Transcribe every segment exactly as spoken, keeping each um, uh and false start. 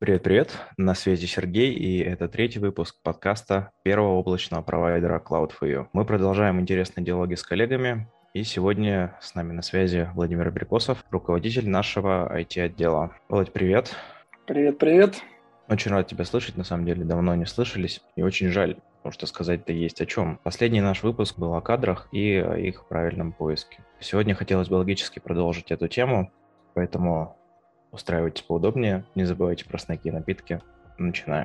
Привет-привет, на связи Сергей, и это третий выпуск подкаста первого облачного провайдера Cloud for You. Мы продолжаем интересные диалоги с коллегами, и сегодня с нами на связи Владимир Абрикосов, руководитель нашего ай ти-отдела. Володь, привет. Привет-привет. Очень рад тебя слышать, на самом деле давно не слышались, и очень жаль, потому что сказать-то есть о чем. Последний наш выпуск был о кадрах и о их правильном поиске. Сегодня хотелось бы логически продолжить эту тему, поэтому устраивайтесь поудобнее, не забывайте про снеки и напитки. Начинаем.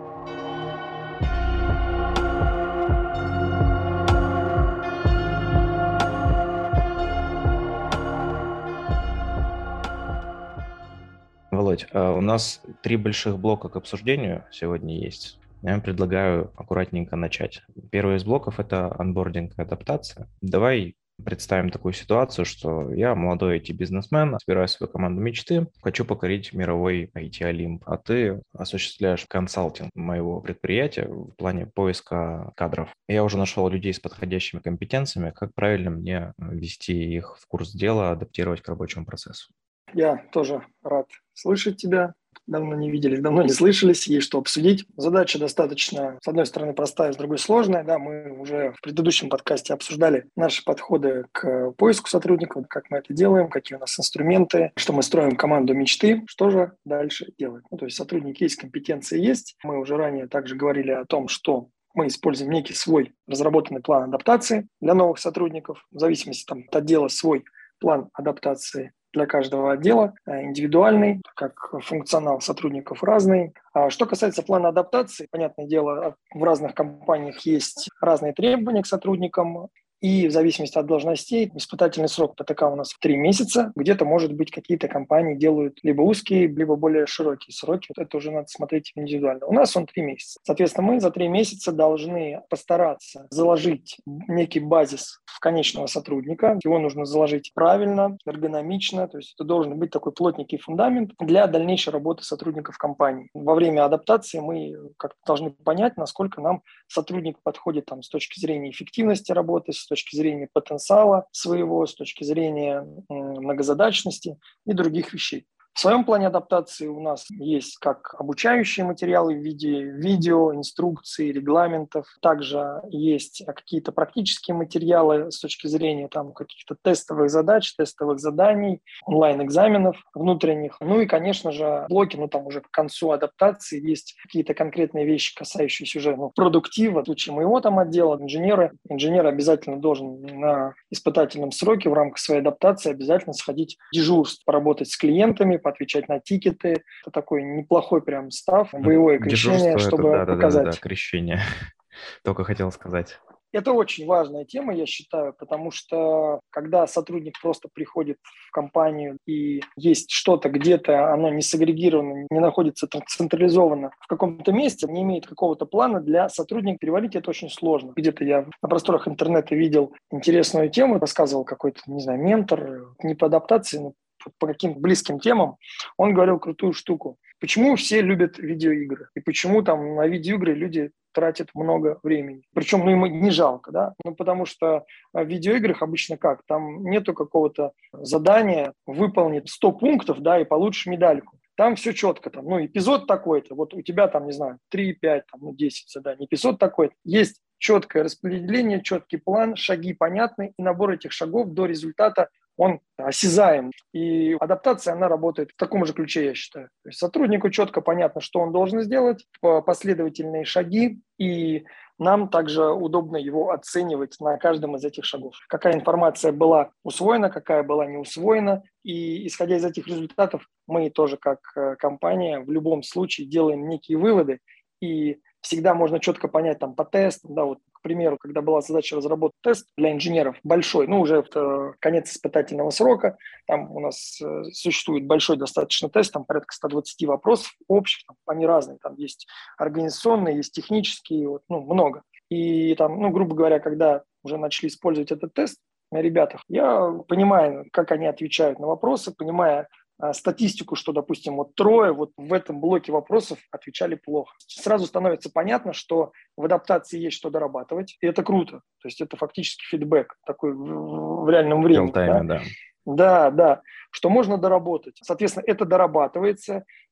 Володь, у нас три больших блока к обсуждению сегодня есть. Я предлагаю аккуратненько начать. Первый из блоков – это онбординг и адаптация. Давай представим такую ситуацию, что я молодой ай ти-бизнесмен, собираю свою команду мечты, хочу покорить мировой ай ти-олимп, а ты осуществляешь консалтинг моего предприятия в плане поиска кадров. Я уже нашел людей с подходящими компетенциями, как правильно мне ввести их в курс дела, адаптировать к рабочему процессу. Я тоже рад слышать тебя. Давно не виделись, давно не слышались, есть что обсудить. Задача достаточно, с одной стороны, простая, с другой сложная. Да, мы уже в предыдущем подкасте обсуждали наши подходы к поиску сотрудников, как мы это делаем, какие у нас инструменты, что мы строим команду мечты, что же дальше делать. Ну, то есть сотрудники есть, компетенции есть. Мы уже ранее также говорили о том, что мы используем некий свой разработанный план адаптации для новых сотрудников. В зависимости там, от отдела свой план адаптации для каждого отдела, индивидуальный, как функционал сотрудников разный. А что касается плана адаптации, понятное дело, в разных компаниях есть разные требования к сотрудникам, и в зависимости от должностей испытательный срок пэ тэ ка у нас в три месяца. Где-то, может быть, какие-то компании делают либо узкие, либо более широкие сроки. Вот это уже надо смотреть индивидуально. У нас он три месяца. Соответственно, мы за три месяца должны постараться заложить некий базис в конечного сотрудника. Его нужно заложить правильно, эргономично. То есть это должен быть такой плотненький фундамент для дальнейшей работы сотрудников компании. Во время адаптации мы как-то должны понять, насколько нам сотрудник подходит там, с точки зрения эффективности работы, с точки зрения потенциала своего, с точки зрения многозадачности и других вещей. В своем плане адаптации у нас есть как обучающие материалы в виде видео, инструкций, регламентов. Также есть какие-то практические материалы с точки зрения там, каких-то тестовых задач, тестовых заданий, онлайн-экзаменов внутренних. Ну и, конечно же, блоки, ну там уже к концу адаптации есть какие-то конкретные вещи, касающиеся уже ну, продуктива. В случае моего там отдела инженеры, инженер обязательно должен на испытательном сроке в рамках своей адаптации обязательно сходить в дежурство, поработать с клиентами, поотвечать на тикеты. Это такой неплохой прям став, боевое крещение, чтобы это, да, показать. Да, да, да, крещение. Только хотел сказать. Это очень важная тема, я считаю, потому что когда сотрудник просто приходит в компанию и есть что-то где-то, оно не сагрегировано, не находится централизованно в каком-то месте, не имеет какого-то плана, для сотрудника переварить это очень сложно. Где-то я на просторах интернета видел интересную тему, рассказывал какой-то, не знаю, ментор, не по адаптации, но по каким-то близким темам, он говорил крутую штуку. Почему все любят видеоигры? И почему там на видеоигры люди тратят много времени? Причем, ну, им не жалко, да? Ну, потому что в видеоиграх обычно как? Там нету какого-то задания выполнить сто пунктов, да, и получишь медальку. Там все четко, там, ну, эпизод такой-то, вот у тебя там, не знаю, три, пять, там, ну, десять заданий, эпизод такой-то. Есть четкое распределение, четкий план, шаги понятны, и набор этих шагов до результата он осязаем. И адаптация, она работает в таком же ключе, я считаю. То есть сотруднику четко понятно, что он должен сделать, последовательные шаги, и нам также удобно его оценивать на каждом из этих шагов. Какая информация была усвоена, какая была не усвоена. И исходя из этих результатов, мы тоже как компания в любом случае делаем некие выводы, и всегда можно четко понять там по тестам, да, вот, к примеру, когда была задача разработать тест для инженеров большой, ну, уже в конец испытательного срока, там у нас э, существует большой достаточно тест, там порядка сто двадцать вопросов общих, там, они разные, там есть организационные, есть технические, вот, ну, много. И там, ну, грубо говоря, когда уже начали использовать этот тест на ребятах, я понимаю, как они отвечают на вопросы, понимая статистику, что, допустим, вот трое вот в этом блоке вопросов отвечали плохо. Сразу становится понятно, что в адаптации есть что дорабатывать, и это круто. То есть это фактически фидбэк такой в, в реальном времени. В реал-тайме, да. Да, да, да, что можно доработать. Соответственно, это дорабатывается,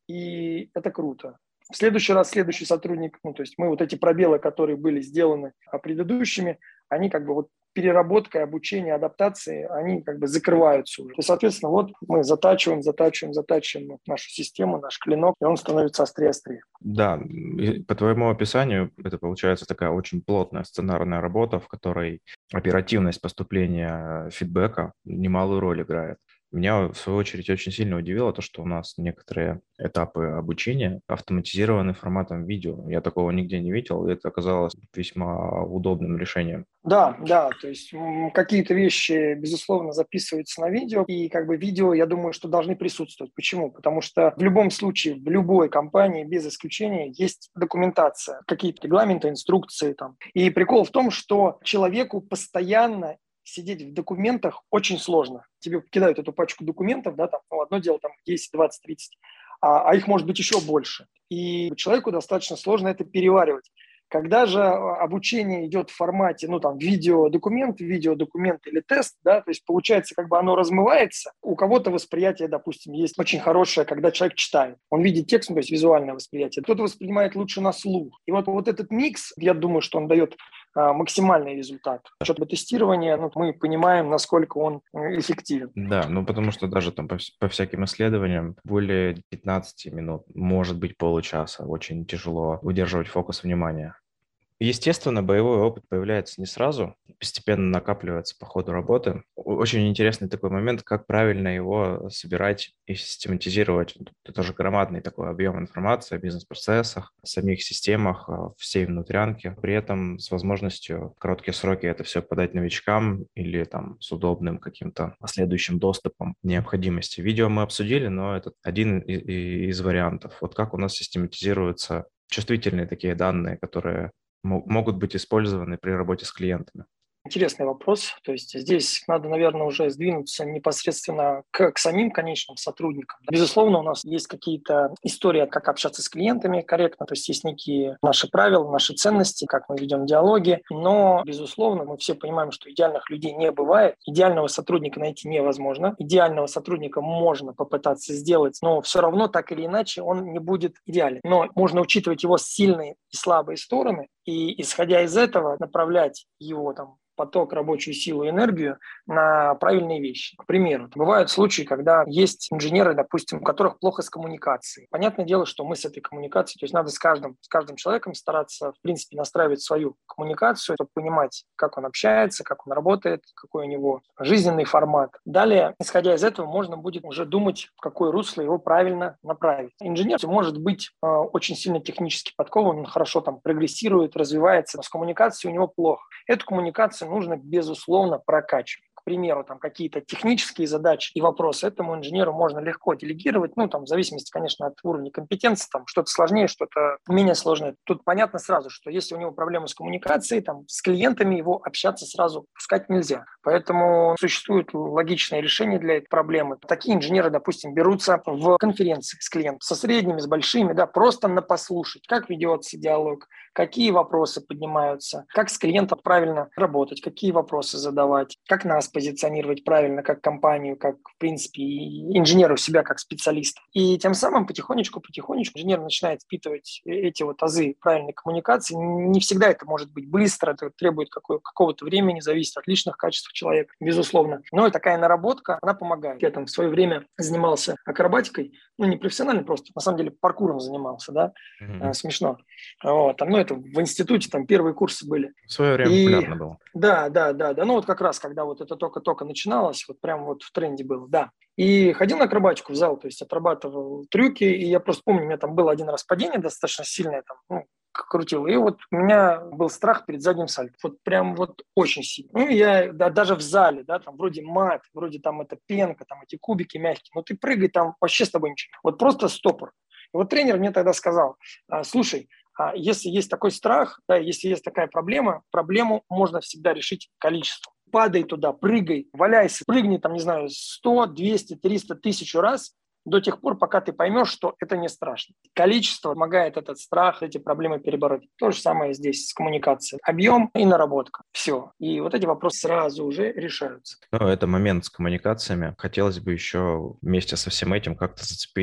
и это круто. В следующий раз следующий сотрудник, ну, то есть мы вот эти пробелы, которые были сделаны предыдущими, они как бы вот переработкой, обучение, адаптации, они как бы закрываются уже. И, соответственно, вот мы затачиваем, затачиваем, затачиваем нашу систему, наш клинок, и он становится острее-острее. Да, по твоему описанию это получается такая очень плотная сценарная работа, в которой оперативность поступления фидбэка немалую роль играет. Меня, в свою очередь, очень сильно удивило то, что у нас некоторые этапы обучения автоматизированы форматом видео. Я такого нигде не видел, и это оказалось весьма удобным решением. Да, да, то есть какие-то вещи, безусловно, записываются на видео, и как бы видео, я думаю, что должны присутствовать. Почему? Потому что в любом случае, в любой компании, без исключения, есть документация, какие-то регламенты, инструкции там. И прикол в том, что человеку постоянно сидеть в документах очень сложно. Тебе кидают эту пачку документов, да, там, ну, одно дело там десять, двадцать, тридцать, а, а их может быть еще больше. И человеку достаточно сложно это переваривать. Когда же обучение идет в формате, ну, там, видеодокумент, видеодокумент или тест, да, то есть получается, как бы оно размывается. У кого-то восприятие, допустим, есть очень хорошее, когда человек читает. Он видит текст, ну, то есть визуальное восприятие. Кто-то воспринимает лучше на слух. И вот, вот этот микс, я думаю, что он дает а, максимальный результат. Учет тестирования, ну, мы понимаем, насколько он эффективен. Да, ну, потому что даже там по, по всяким исследованиям более пятнадцати минут, может быть, получаса. Очень тяжело удерживать фокус внимания. Естественно, боевой опыт появляется не сразу, постепенно накапливается по ходу работы. Очень интересный такой момент, как правильно его собирать и систематизировать. Это тоже громадный такой объем информации о бизнес-процессах, о самих системах, всей внутрянке. При этом с возможностью в короткие сроки это все подать новичкам или там с удобным каким-то последующим доступом необходимости. Видео мы обсудили, но это один из вариантов. Вот как у нас систематизируются чувствительные такие данные, которые могут быть использованы при работе с клиентами? Интересный вопрос. То есть здесь надо, наверное, уже сдвинуться непосредственно к, к самим конечным сотрудникам. Безусловно, у нас есть какие-то истории, как общаться с клиентами корректно, то есть есть некие наши правила, наши ценности, как мы ведем диалоги, но, безусловно, мы все понимаем, что идеальных людей не бывает, идеального сотрудника найти невозможно, идеального сотрудника можно попытаться сделать, но все равно так или иначе он не будет идеален. Но можно учитывать его сильные и слабые стороны, и, исходя из этого, направлять его там поток, рабочую силу и энергию на правильные вещи. К примеру, бывают случаи, когда есть инженеры, допустим, у которых плохо с коммуникацией. Понятное дело, что мы с этой коммуникацией, то есть надо с каждым, с каждым человеком стараться, в принципе, настраивать свою коммуникацию, чтобы понимать, как он общается, как он работает, какой у него жизненный формат. Далее, исходя из этого, можно будет уже думать, в какое русло его правильно направить. Инженер может быть э, очень сильно технически подкован, он хорошо там прогрессирует, развивается, но с коммуникацией у него плохо. Эту коммуникацию нужно, безусловно, прокачивать. К примеру, там какие-то технические задачи и вопросы этому инженеру можно легко делегировать, ну, там, в зависимости, конечно, от уровня компетенции, там, что-то сложнее, что-то менее сложное. Тут понятно сразу, что если у него проблемы с коммуникацией, там, с клиентами его общаться сразу пускать нельзя. Поэтому существует логичное решение для этой проблемы. Такие инженеры, допустим, берутся в конференции с клиентом, со средними, с большими, да, просто на послушать, как ведется диалог, какие вопросы поднимаются, как с клиентом правильно работать, какие вопросы задавать, как нас позиционировать правильно, как компанию, как, в принципе, инженеру себя как специалиста. И тем самым потихонечку-потихонечку инженер начинает впитывать эти вот азы правильной коммуникации. Не всегда это может быть быстро, это требует какого- какого-то времени, зависит от личных качеств человека, безусловно. Но и такая наработка, она помогает. Я там в свое время занимался акробатикой, ну, не профессионально просто, на самом деле паркуром занимался, да, mm-hmm. смешно. Вот, там, ну, это в институте, там первые курсы были. В свое время и... популярно было. Да, да, да, да. Ну вот как раз, когда вот это только-только начиналось, вот прям вот в тренде было, да. И ходил на акробатику в зал, то есть отрабатывал трюки, и я просто помню, у меня там было один раз падение достаточно сильное, там, ну, крутил, и вот у меня был страх перед задним сальто, вот прям вот очень сильно. Ну, я да, даже в зале, да, там вроде мат, вроде там это пенка, там эти кубики мягкие, но ты прыгай, там вообще с тобой ничего. Вот просто стопор. И вот тренер мне тогда сказал, слушай, если есть такой страх, да, если есть такая проблема, проблему можно всегда решить количеством. Падай туда, прыгай, валяйся, прыгни там, не знаю, сто, двести, триста, тысячу раз до тех пор, пока ты поймешь, что это не страшно. Количество помогает этот страх, эти проблемы перебороть. То же самое здесь с коммуникацией. Объем и наработка. Все. И вот эти вопросы сразу уже решаются. Ну, это момент с коммуникациями. Хотелось бы еще вместе со всем этим как-то зацепить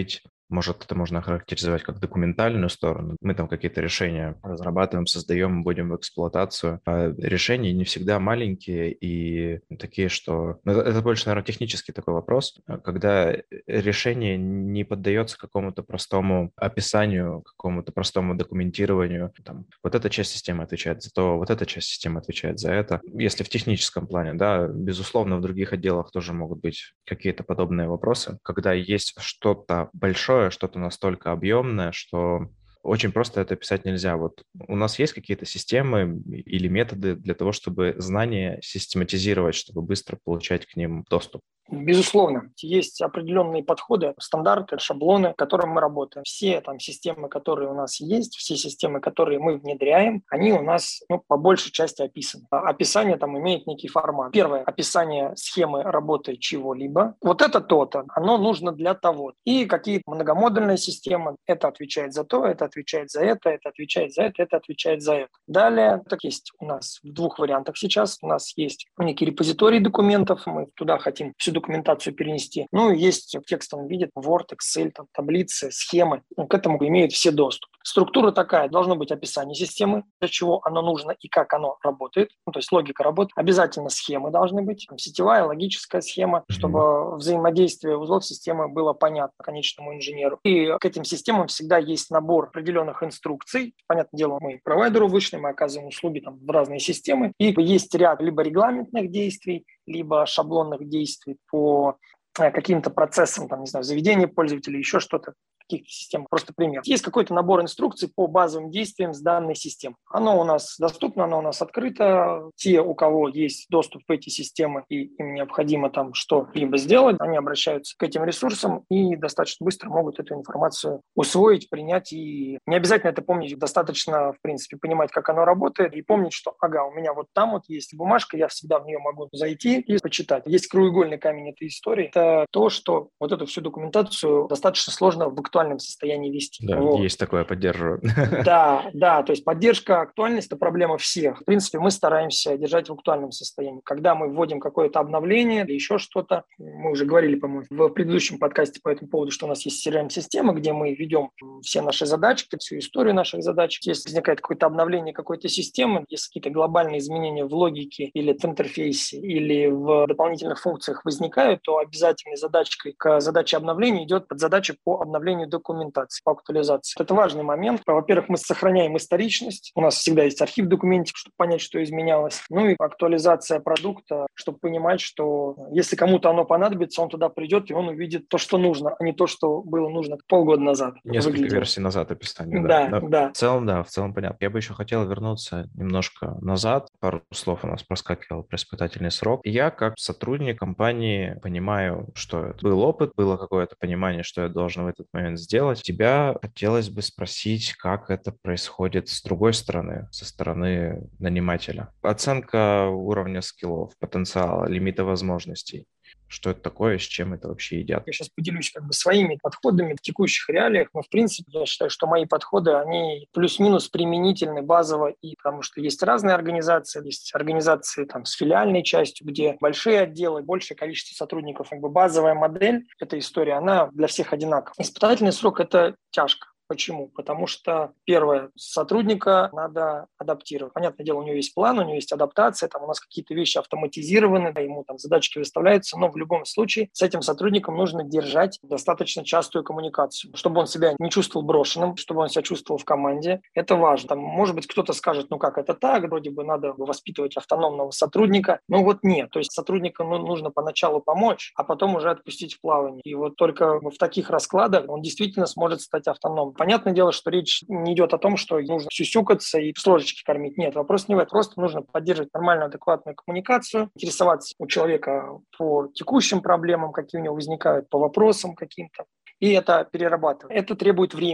Может, это можно характеризовать как документальную сторону. Мы там какие-то решения разрабатываем, создаем, вводим в эксплуатацию. А решения не всегда маленькие и такие, что... ну, Это больше, наверное, технический такой вопрос, когда решение не поддается какому-то простому описанию, какому-то простому документированию. Там, вот эта часть системы отвечает за то, вот эта часть системы отвечает за это. Если в техническом плане, да, безусловно, в других отделах тоже могут быть какие-то подобные вопросы. Когда есть что-то большое, что-то настолько объемное, что очень просто это писать нельзя. Вот у нас есть какие-то системы или методы для того, чтобы знания систематизировать, чтобы быстро получать к ним доступ? Безусловно, есть определенные подходы, стандарты, шаблоны, к которым мы работаем. Все там системы, которые у нас есть, все системы, которые мы внедряем, они у нас ну, по большей части описаны. Описание там имеет некий формат. Первое – описание схемы работы чего-либо. Вот это то-то, оно нужно для того. И какие-то многомодульные системы, это отвечает за то, это отвечает за это, это отвечает за это, это отвечает за это. Далее, так есть у нас в двух вариантах сейчас. У нас есть некий репозиторий документов, мы туда хотим всю документацию перенести. Ну, есть в текстовом виде Word, Excel, там, таблицы, схемы. Ну, к этому имеют все доступ. Структура такая. Должно быть описание системы, для чего оно нужно и как оно работает. Ну, то есть логика работы. Обязательно схемы должны быть. Там, сетевая, логическая схема, mm-hmm. чтобы взаимодействие узлов системы было понятно конечному инженеру. И к этим системам всегда есть набор определенных инструкций. Понятное дело, мы провайдеру вышли, мы оказываем услуги там, в разные системы. И есть ряд либо регламентных действий, либо шаблонных действий по каким-то процессам, там, не знаю, заведения пользователя, еще что-то, каких-то систем. Просто пример. Есть какой-то набор инструкций по базовым действиям с данной системой. Оно у нас доступно, оно у нас открыто. Те, у кого есть доступ в эти системы и им необходимо там что-либо сделать, они обращаются к этим ресурсам и достаточно быстро могут эту информацию усвоить, принять. И не обязательно это помнить, достаточно, в принципе, понимать, как оно работает и помнить, что, ага, у меня вот там вот есть бумажка, я всегда в нее могу зайти и почитать. Есть краеугольный камень этой истории. Это то, что вот эту всю документацию достаточно сложно в актуальном состоянии вести. Да, вот. Есть такое, поддерживаю. Да, да, то есть поддержка, актуальность – это проблема всех. В принципе, мы стараемся держать в актуальном состоянии. Когда мы вводим какое-то обновление или еще что-то, мы уже говорили, по-моему, в предыдущем подкасте по этому поводу, что у нас есть си эр эм-система, где мы ведем все наши задачи, всю историю наших задач. Если возникает какое-то обновление какой-то системы, если какие-то глобальные изменения в логике или в интерфейсе, или в дополнительных функциях возникают, то обязательной задачкой к задаче обновления идет подзадача по обновлению документации, по актуализации. Это важный момент. Во-первых, мы сохраняем историчность. У нас всегда есть архив документов, чтобы понять, что изменялось. Ну и актуализация продукта, чтобы понимать, что если кому-то оно понадобится, он туда придет, и он увидит то, что нужно, а не то, что было нужно полгода назад. Несколько выглядело. версий назад описания. Да, да. да, да. В целом, да, в целом понятно. Я бы еще хотел вернуться немножко назад. Пару слов у нас проскакивал про испытательный срок. Я, как сотрудник компании, понимаю, что это был опыт, было какое-то понимание, что я должен в этот момент сделать. Тебя хотелось бы спросить, как это происходит с другой стороны, со стороны нанимателя. Оценка уровня скиллов, потенциала, лимита возможностей. Что это такое, с чем это вообще едят? Я сейчас поделюсь как бы своими подходами в текущих реалиях, но в принципе я считаю, что мои подходы, они плюс-минус применительны базово, и потому что есть разные организации, есть организации там с филиальной частью, где большие отделы, большее количество сотрудников, как бы базовая модель, эта история, она для всех одинакова. Испытательный срок – это тяжко. Почему? Потому что, первое, сотрудника надо адаптировать. Понятное дело, у него есть план, у него есть адаптация, там у нас какие-то вещи автоматизированы, да, ему там задачки выставляются, но в любом случае с этим сотрудником нужно держать достаточно частую коммуникацию, чтобы он себя не чувствовал брошенным, чтобы он себя чувствовал в команде. Это важно. Там, может быть, кто-то скажет, ну как это так, вроде бы надо воспитывать автономного сотрудника. Ну вот нет. То есть сотруднику нужно поначалу помочь, а потом уже отпустить в плавание. И вот только в таких раскладах он действительно сможет стать автономным. Понятное дело, что речь не идет о том, что нужно сюсюкаться и с ложечки кормить. Нет, вопрос не в этом. Просто нужно поддерживать нормальную, адекватную коммуникацию, интересоваться у человека по текущим проблемам, какие у него возникают, по вопросам каким-то, и это перерабатывать. Это требует времени.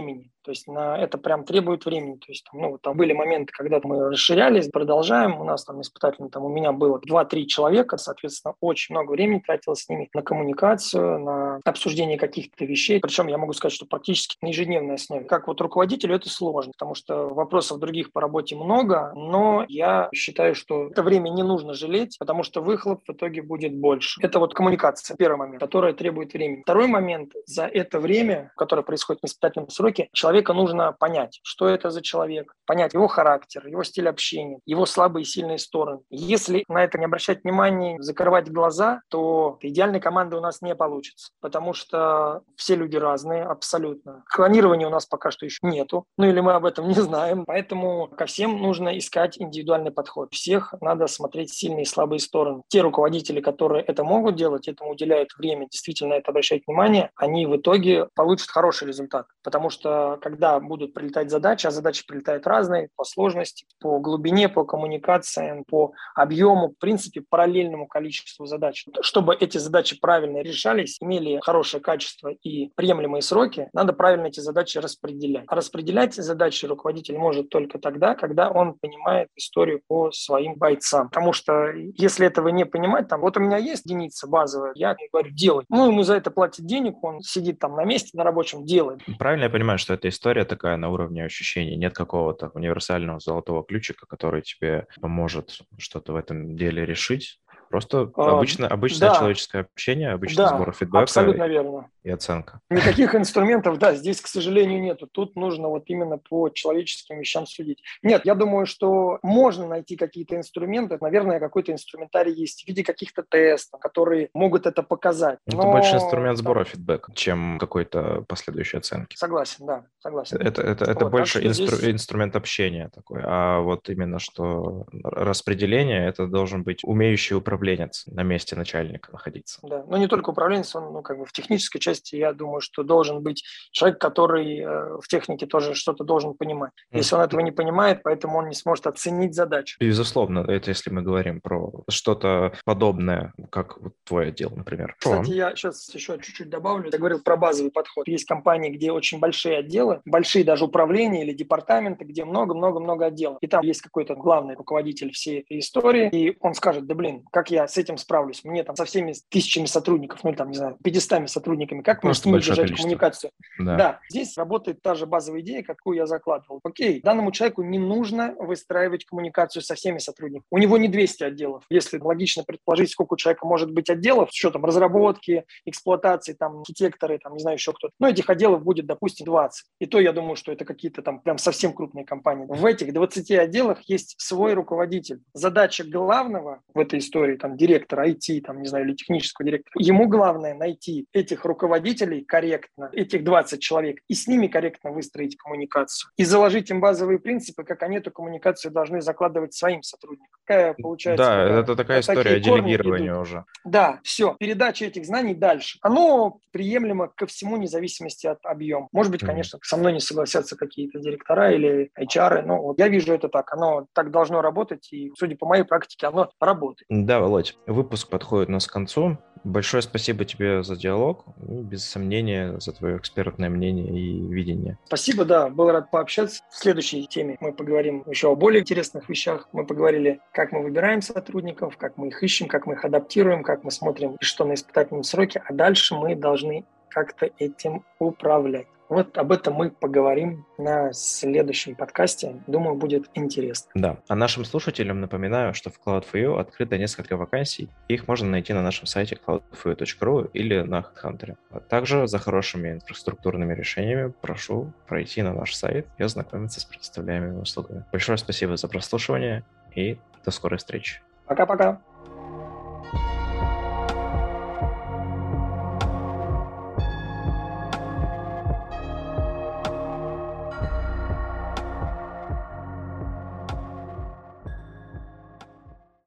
То есть на это прям требует времени. То есть, ну, там были моменты, когда мы расширялись, продолжаем. У нас там испытательно, там у меня было два-три человека, соответственно, очень много времени тратилось с ними на коммуникацию, на обсуждение каких-то вещей. Причем я могу сказать, что практически на ежедневной основе. Как вот руководителю это сложно, потому что вопросов других по работе много, но я считаю, что это время не нужно жалеть, потому что выхлоп в итоге будет больше. Это вот коммуникация, первый момент, которая требует времени. Второй момент, за это время, которое происходит в испытательном сроке, человека нужно понять, что это за человек, понять его характер, его стиль общения, его слабые и сильные стороны. Если на это не обращать внимания, закрывать глаза, то идеальной команды у нас не получится, потому что все люди разные абсолютно. Клонирования у нас пока что еще нету, ну или мы об этом не знаем, поэтому ко всем нужно искать индивидуальный подход. Всех надо смотреть сильные и слабые стороны. Те руководители, которые это могут делать, этому уделяют время, действительно на это обращать внимание, они в итоге получат хороший результат, потому что когда будут прилетать задачи, а задачи прилетают разные по сложности, по глубине, по коммуникациям, по объему, в принципе, параллельному количеству задач. Чтобы эти задачи правильно решались, имели хорошее качество и приемлемые сроки, надо правильно эти задачи распределять. А распределять задачи руководитель может только тогда, когда он понимает историю по своим бойцам. Потому что если этого не понимать, там, вот у меня есть единица базовая, я ему говорю, делай. Ну, ему за это платят денег, он сидит там на месте на рабочем, делает. Правильно я понимаю, что эта история такая на уровне ощущений, нет какого-то универсального золотого ключика, который тебе поможет что-то в этом деле решить? Просто А, обычно, обычное да, человеческое общение, обычный да, сбор фидбэка абсолютно верно. и оценка. Никаких инструментов, да, здесь, к сожалению, нету. Тут нужно вот именно по человеческим вещам судить. Нет, я думаю, что можно найти какие-то инструменты. Наверное, какой-то инструментарий есть в виде каких-то тестов, которые могут это показать. Это Но... больше инструмент сбора фидбэка, чем какой-то последующей оценки. Согласен, да, согласен. Это, это, это Вот, больше так что инстру- здесь- инструмент общения такой. А вот именно что распределение, это должен быть умеющий управленец на месте начальника находиться. Да, но не только управленец, он, ну, как бы в технической части, я думаю, что должен быть человек, который э, в технике тоже что-то должен понимать. Если он этого не понимает, поэтому он не сможет оценить задачу. Безусловно, это если мы говорим про что-то подобное, как вот твой отдел, например. Кстати, я сейчас еще чуть-чуть добавлю. Я говорил про базовый подход. Есть компании, где очень большие отделы, большие даже управления или департаменты, где много-много-много отделов. И там есть какой-то главный руководитель всей этой истории, и он скажет, да блин, как я с этим справлюсь? Мне там со всеми тысячами сотрудников, ну там, не знаю, пятьюстами сотрудниками, как мне с ними держать количество. коммуникацию? Да. Да, здесь работает та же базовая идея, какую я закладывал. Окей, данному человеку не нужно выстраивать коммуникацию со всеми сотрудниками. У него не двести отделов. Если логично предположить, сколько у человека может быть отделов, что там, разработки, эксплуатации, там, архитекторы, там, не знаю, еще кто-то. Но этих отделов будет, допустим, двадцать. И то я думаю, что это какие-то там прям совсем крупные компании. В этих двадцати отделах есть свой руководитель. Задача главного в этой истории, там, директора ай ти, там, не знаю, или технического директора, ему главное найти этих руководителей корректно, этих двадцать человек, и с ними корректно выстроить коммуникацию. И заложить им базовые принципы, как они эту коммуникацию должны закладывать своим сотрудникам. Какая получается? Да, такая, это такая история делегирования идут. Уже. Да, все, передача этих знаний дальше. Оно приемлемо ко всему, вне зависимости от объема. Может быть, mm-hmm. конечно, со мной не согласятся какие-то директора или эйч ар, но вот я вижу это так. Оно так должно работать, и, судя по моей практике, оно работает. Да, Володь, выпуск подходит у нас к концу. Большое спасибо тебе за диалог и, без сомнения, за твое экспертное мнение и видение. Спасибо, да, был рад пообщаться. В следующей теме мы поговорим еще о более интересных вещах. Мы поговорили, как мы выбираем сотрудников, как мы их ищем, как мы их адаптируем, как мы смотрим, что на испытательном сроке, а дальше мы должны как-то этим управлять. Вот об этом мы поговорим на следующем подкасте. Думаю, будет интересно. Да. А нашим слушателям напоминаю, что в клауд точка эф ю открыто несколько вакансий. Их можно найти на нашем сайте клауд точка эф ю точка ру или на HeadHunter. А также за хорошими инфраструктурными решениями прошу пройти на наш сайт и ознакомиться с предоставляемыми услугами. Большое спасибо за прослушивание и до скорой встречи. Пока-пока.